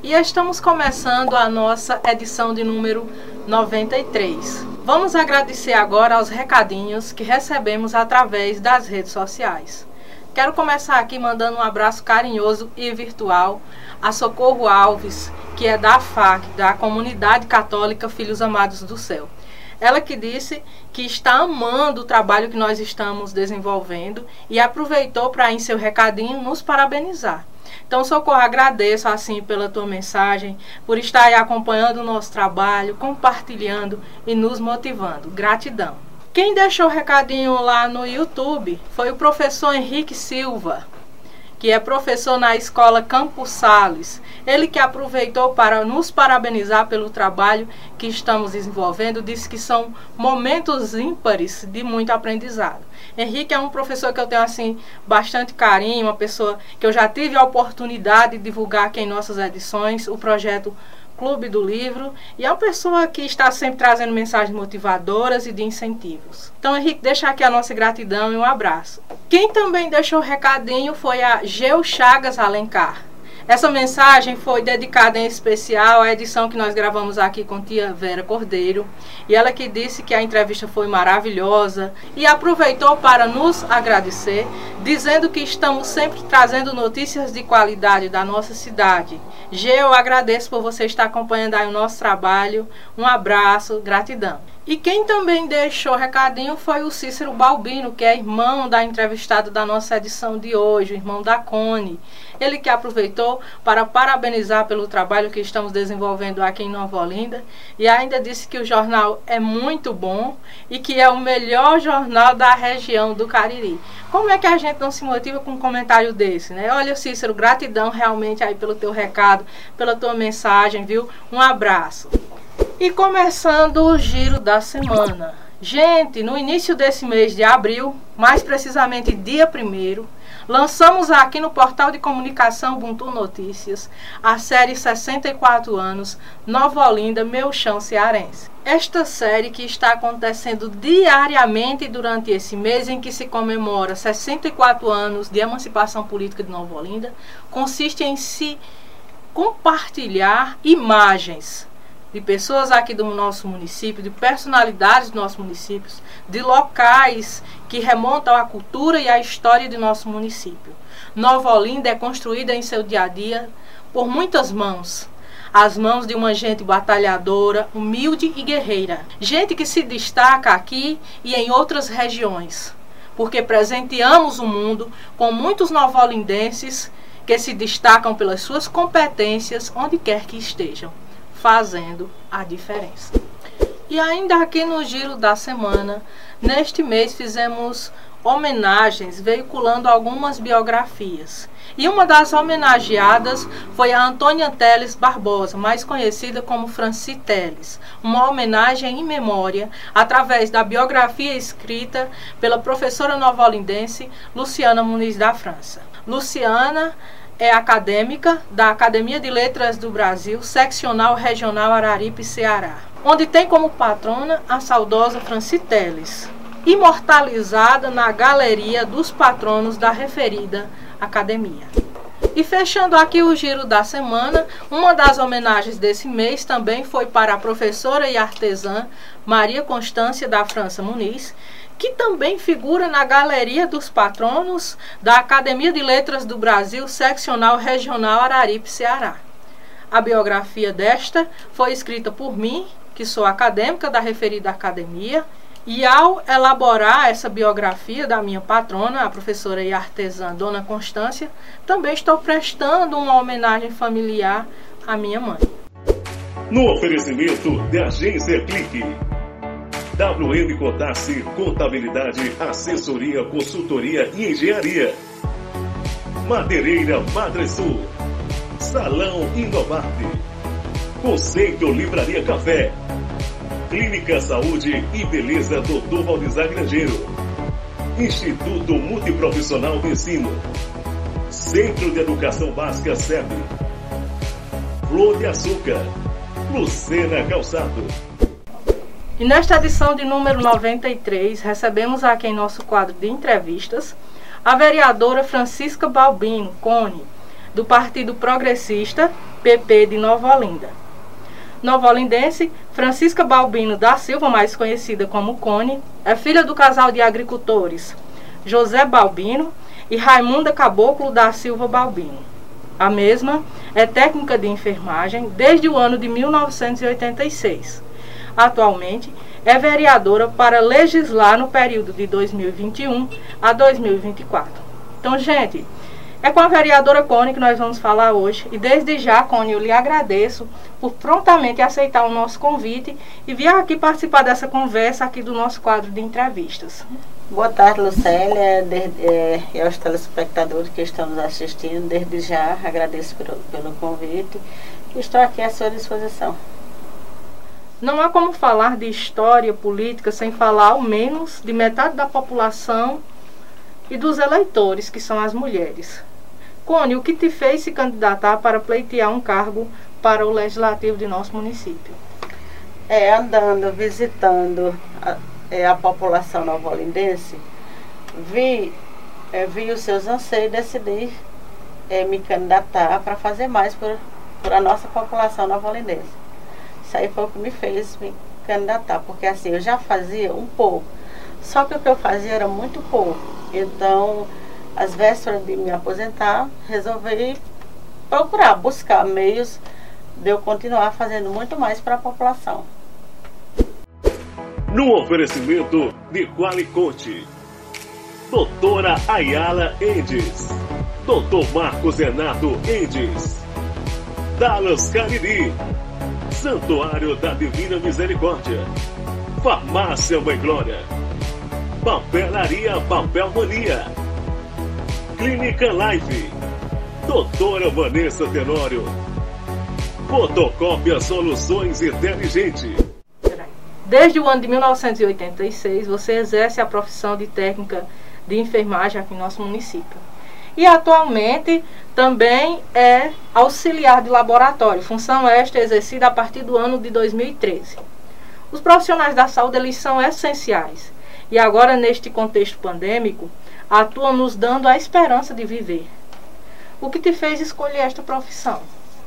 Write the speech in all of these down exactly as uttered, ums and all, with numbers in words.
e estamos começando a nossa edição de número noventa e três. Vamos agradecer agora aos recadinhos que recebemos através das redes sociais. Quero começar aqui mandando um abraço carinhoso e virtual a Socorro Alves, que é da F A C, da Comunidade Católica Filhos Amados do Céu. Ela que disse que está amando o trabalho que nós estamos desenvolvendo e aproveitou para, em seu recadinho, nos parabenizar. Então, Socorro, agradeço assim pela tua mensagem, por estar aí acompanhando o nosso trabalho, compartilhando e nos motivando. Gratidão. Quem deixou o recadinho lá no YouTube foi o professor Henrique Silva, que é professor na escola Campos Sales. Ele que aproveitou para nos parabenizar pelo trabalho que estamos desenvolvendo, disse que são momentos ímpares de muito aprendizado. Henrique é um professor que eu tenho assim bastante carinho, uma pessoa que eu já tive a oportunidade de divulgar aqui em nossas edições, o projeto Clube do Livro, e é uma pessoa que está sempre trazendo mensagens motivadoras e de incentivos. Então, Henrique, deixa aqui a nossa gratidão e um abraço. Quem também deixou o recadinho foi a Geu Chagas Alencar. Essa mensagem foi dedicada em especial à edição que nós gravamos aqui com tia Vera Cordeiro, e ela que disse que a entrevista foi maravilhosa e aproveitou para nos agradecer, dizendo que estamos sempre trazendo notícias de qualidade da nossa cidade. Gê, eu agradeço por você estar acompanhando aí o nosso trabalho. Um abraço, gratidão. E quem também deixou recadinho foi o Cícero Balbino, que é irmão da entrevistada da nossa edição de hoje, o irmão da Cone. Ele que aproveitou para parabenizar pelo trabalho que estamos desenvolvendo aqui em Nova Olinda e ainda disse que o jornal é muito bom e que é o melhor jornal da região do Cariri. Como é que a gente não se motiva com um comentário desse, né? Olha, Cícero, gratidão realmente aí pelo teu recado, pela tua mensagem, viu? Um abraço. E começando o giro da semana. Gente, no início desse mês de abril, mais precisamente dia primeiro, lançamos aqui no portal de comunicação Ubuntu Notícias a série sessenta e quatro anos, Nova Olinda, Meu Chão Cearense. Esta série que está acontecendo diariamente durante esse mês em que se comemora sessenta e quatro anos de emancipação política de Nova Olinda, consiste em se compartilhar imagens de pessoas aqui do nosso município, de personalidades dos nossos municípios, de locais que remontam à cultura e à história de nosso município. Nova Olinda é construída em seu dia a dia por muitas mãos. As mãos de uma gente batalhadora, humilde e guerreira. Gente que se destaca aqui e em outras regiões, porque presenteamos o mundo com muitos novolindenses que se destacam pelas suas competências onde quer que estejam, fazendo a diferença. E ainda aqui no giro da semana, neste mês fizemos homenagens veiculando algumas biografias. E uma das homenageadas foi a Antônia Teles Barbosa, mais conhecida como Franci Teles. Uma homenagem em memória através da biografia escrita pela professora novolindense Luciana Muniz da França. Luciana é acadêmica da Academia de Letras do Brasil, seccional regional Araripe, Ceará, onde tem como patrona a saudosa Franci Teles, imortalizada na galeria dos patronos da referida academia. E fechando aqui o giro da semana, uma das homenagens desse mês também foi para a professora e artesã Maria Constância da França Muniz, que também figura na galeria dos patronos da Academia de Letras do Brasil, seccional regional Araripe, Ceará. A biografia desta foi escrita por mim, que sou acadêmica da referida academia, e ao elaborar essa biografia da minha patrona, a professora e artesã Dona Constância, também estou prestando uma homenagem familiar à minha mãe. No oferecimento de Agência Clique, W M Cotassi, Contabilidade, Assessoria, Consultoria e Engenharia. Madeireira Madresul, Salão Inovarte, Conceito Livraria Café, Clínica Saúde e Beleza doutor Valdizar Grangeiro, Instituto Multiprofissional de Ensino, Centro de Educação Básica S E B, Flor de Açúcar, Lucena Calçado. E nesta edição de número noventa e três, recebemos aqui em nosso quadro de entrevistas a vereadora Francisca Balbino Cone, do Partido Progressista, P P de Nova Olinda. Nova-olindense, Francisca Balbino da Silva, mais conhecida como Cone, é filha do casal de agricultores José Balbino e Raimunda Caboclo da Silva Balbino. A mesma é técnica de enfermagem desde o ano de mil novecentos e oitenta e seis. Atualmente, é vereadora para legislar no período de dois mil e vinte e um a dois mil e vinte e quatro. Então, gente, é com a vereadora Cone que nós vamos falar hoje. E desde já, Cone, eu lhe agradeço por prontamente aceitar o nosso convite e vir aqui participar dessa conversa aqui do nosso quadro de entrevistas. Boa tarde, Lucélia, desde, é, e aos telespectadores que estão nos assistindo. Desde já, agradeço pelo, pelo convite e estou aqui à sua disposição. Não há como falar de história política sem falar ao menos de metade da população e dos eleitores, que são as mulheres. Cone, o que te fez se candidatar para pleitear um cargo para o legislativo de nosso município? É, andando, visitando a, é, a população nova-olindense, vi, é, vi os seus anseios e decidi é, me candidatar para fazer mais por, por a nossa população nova-olindense. Isso aí foi o que me fez me candidatar, porque assim, eu já fazia um pouco, só que o que eu fazia era muito pouco. Então, às vésperas de me aposentar, resolvi procurar, buscar meios de eu continuar fazendo muito mais para a população. No oferecimento de Qualiconte, doutora Ayala Endes, doutor Marcos Renato Endes, Dallas Cariri, Santuário da Divina Misericórdia, Farmácia Mãe Glória, Papelaria Papel Mania, Clínica Life, doutora Vanessa Tenório, Fotocópia Soluções Inteligente. Desde o ano de mil novecentos e oitenta e seis, você exerce a profissão de técnica de enfermagem aqui no nosso município. E atualmente também é auxiliar de laboratório, função esta exercida a partir do ano de dois mil e treze. Os profissionais da saúde, eles são essenciais. E agora, neste contexto pandêmico, atuam nos dando a esperança de viver. O que te fez escolher esta profissão?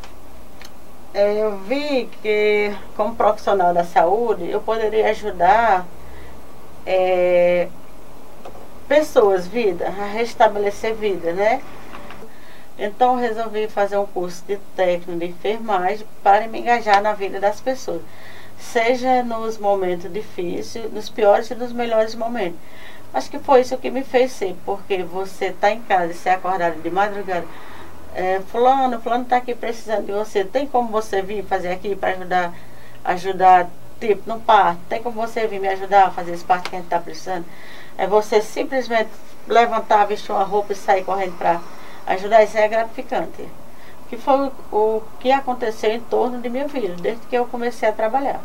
Eu vi que, como profissional da saúde, eu poderia ajudar é, pessoas, vida, a restabelecer vida, né? Então, eu resolvi fazer um curso de técnico de enfermagem para me engajar na vida das pessoas, seja nos momentos difíceis, nos piores e nos melhores momentos. Acho que foi isso que me fez ser, porque você está em casa e ser acordado de madrugada, é, fulano, fulano está aqui precisando de você, tem como você vir fazer aqui para ajudar, ajudar, tipo, no parto, tem como você vir me ajudar a fazer esse parto que a gente está precisando? É você simplesmente levantar, vestir uma roupa e sair correndo para ajudar, isso é gratificante. Que foi o que aconteceu em torno de minha vida, desde que eu comecei a trabalhar.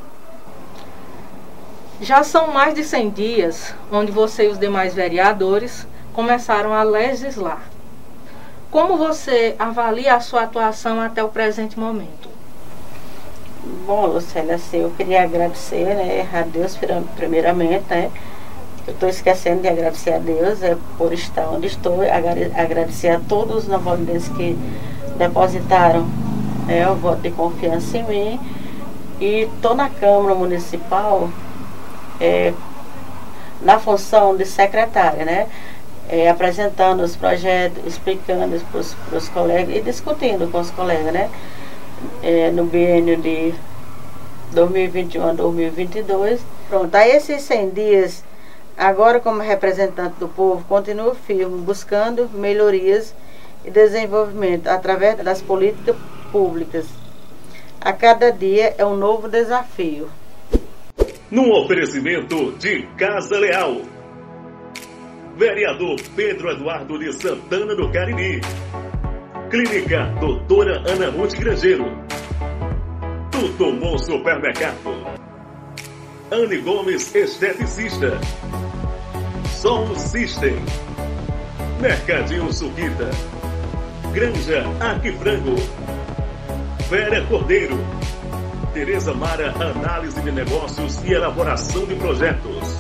Já são mais de cem dias onde você e os demais vereadores começaram a legislar. Como você avalia a sua atuação até o presente momento? Bom, Lucélia, assim, eu queria agradecer, né, a Deus primeiramente, né? Eu estou esquecendo de agradecer a Deus é, por estar onde estou, agradecer a todos os nova-olindenses que depositaram né, o voto de confiança em mim. E estou na Câmara Municipal é, na função de secretária, né? É, apresentando os projetos, explicando para os colegas e discutindo com os colegas, né? É, no biênio de dois mil e vinte e um a dois mil e vinte e dois. Pronto, aí esses cem dias, agora como representante do povo, continuo firme, buscando melhorias e desenvolvimento através das políticas públicas. A cada dia é um novo desafio. Num oferecimento de Casa Leal, vereador Pedro Eduardo de Santana do Cariri, Clínica Doutora Ana Ruth Grangeiro, Tutomon Supermercado, Anne Gomes Esteticista, Sol System, Mercadinho Suquita, Granja Aquifrango, Vera Cordeiro, Tereza Mara Análise de Negócios e Elaboração de Projetos,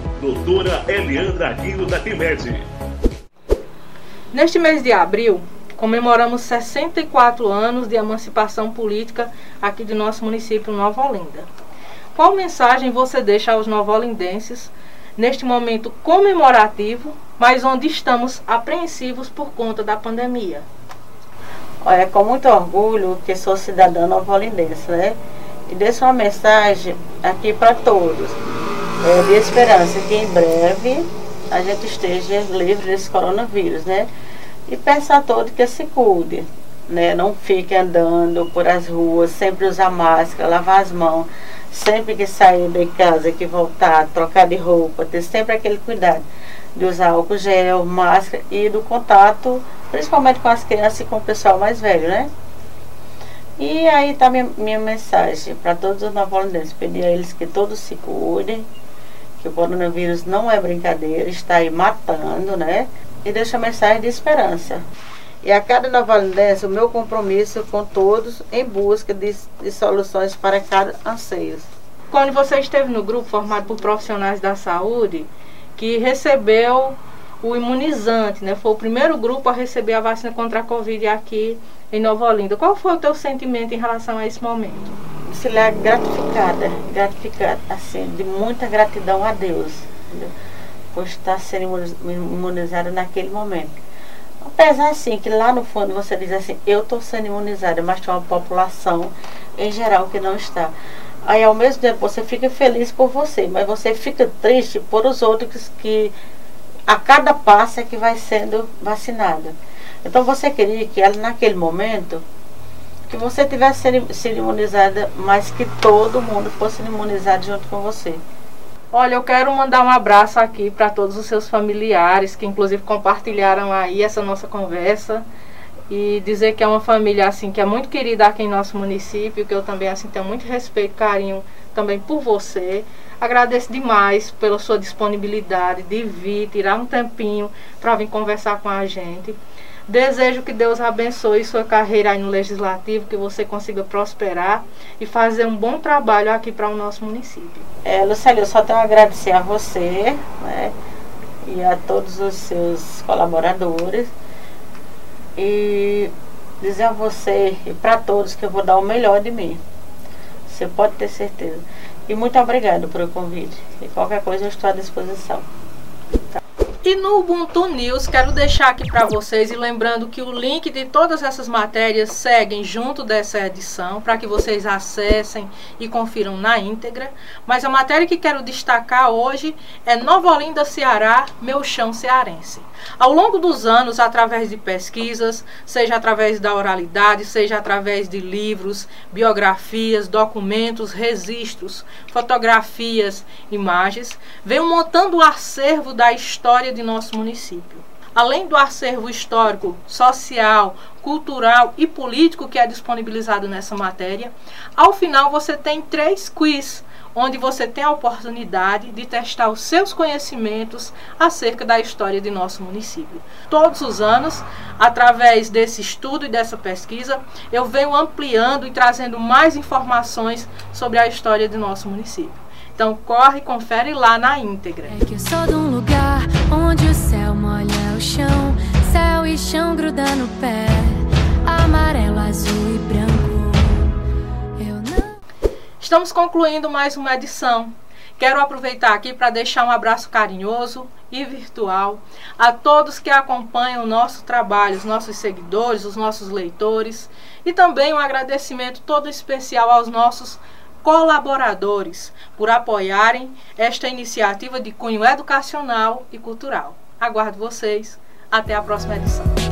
doutora Eliandra Aquino da Quimed. Neste mês de abril, comemoramos sessenta e quatro anos de emancipação política aqui de nosso município, Nova Olinda. Qual mensagem você deixa aos novolindenses neste momento comemorativo, mas onde estamos apreensivos por conta da pandemia? Olha, com muito orgulho que sou cidadã novolindense, né? E deixo uma mensagem aqui para todos, é, de esperança que em breve a gente esteja livre desse coronavírus, né? E peço a todos que se cuide, né? Não fique andando por as ruas, sempre usar máscara, lavar as mãos, sempre que sair de casa, que voltar, trocar de roupa, ter sempre aquele cuidado de usar álcool gel, máscara e do contato, principalmente com as crianças e com o pessoal mais velho, né? E aí tá minha, minha mensagem para todos os novolindenses, pedir a eles que todos se cuidem, que o coronavírus não é brincadeira, está aí matando, né? E deixa a mensagem de esperança. E a cada novolindense, o meu compromisso com todos em busca de, de soluções para cada anseio. Quando você esteve no grupo formado por profissionais da saúde, que recebeu o imunizante, né? Foi o primeiro grupo a receber a vacina contra a Covid aqui em Nova Olinda. Qual foi o teu sentimento em relação a esse momento? Se lhe gratificada, gratificada, assim, de muita gratidão a Deus, entendeu? Por estar sendo imunizada naquele momento. Apesar assim, que lá no fundo você diz assim, eu estou sendo imunizada, mas tem uma população em geral que não está. Aí ao mesmo tempo você fica feliz por você, mas você fica triste por os outros que a cada passo é que vai sendo vacinada. Então você queria que ela naquele momento, que você tivesse sido imunizada, mas que todo mundo fosse imunizado junto com você. Olha, eu quero mandar um abraço aqui para todos os seus familiares, que inclusive compartilharam aí essa nossa conversa, e dizer que é uma família assim que é muito querida aqui em nosso município, que eu também assim tenho muito respeito e carinho também por você. Agradeço demais pela sua disponibilidade de vir, tirar um tempinho para vir conversar com a gente. Desejo que Deus abençoe sua carreira aí no Legislativo, que você consiga prosperar e fazer um bom trabalho aqui para o nosso município. É, Lucélia, eu só tenho a agradecer a você, né, e a todos os seus colaboradores, e dizer a você e para todos que eu vou dar o melhor de mim. Você pode ter certeza. E muito obrigado pelo convite. E qualquer coisa eu estou à disposição. Tá. E no Ubuntu News, quero deixar aqui para vocês, e lembrando que o link de todas essas matérias seguem junto dessa edição, para que vocês acessem e confiram na íntegra. Mas a matéria que quero destacar hoje é Nova Olinda, Ceará, meu chão cearense. Ao longo dos anos, através de pesquisas, seja através da oralidade, seja através de livros, biografias, documentos, registros, fotografias, imagens, venho montando o acervo da história de nosso município. Além do acervo histórico, social, cultural e político que é disponibilizado nessa matéria, ao final você tem três quiz, onde você tem a oportunidade de testar os seus conhecimentos acerca da história de nosso município. Todos os anos, através desse estudo e dessa pesquisa, eu venho ampliando e trazendo mais informações sobre a história de nosso município. Então corre e confere lá na íntegra. É que eu sou de um lugar onde o céu molha o chão, céu e chão gruda no pé, amarelo, azul e branco. Estamos concluindo mais uma edição. Quero aproveitar aqui para deixar um abraço carinhoso e virtual a todos que acompanham o nosso trabalho, os nossos seguidores, os nossos leitores, e também um agradecimento todo especial aos nossos colaboradores por apoiarem esta iniciativa de cunho educacional e cultural. Aguardo vocês. Até a próxima edição.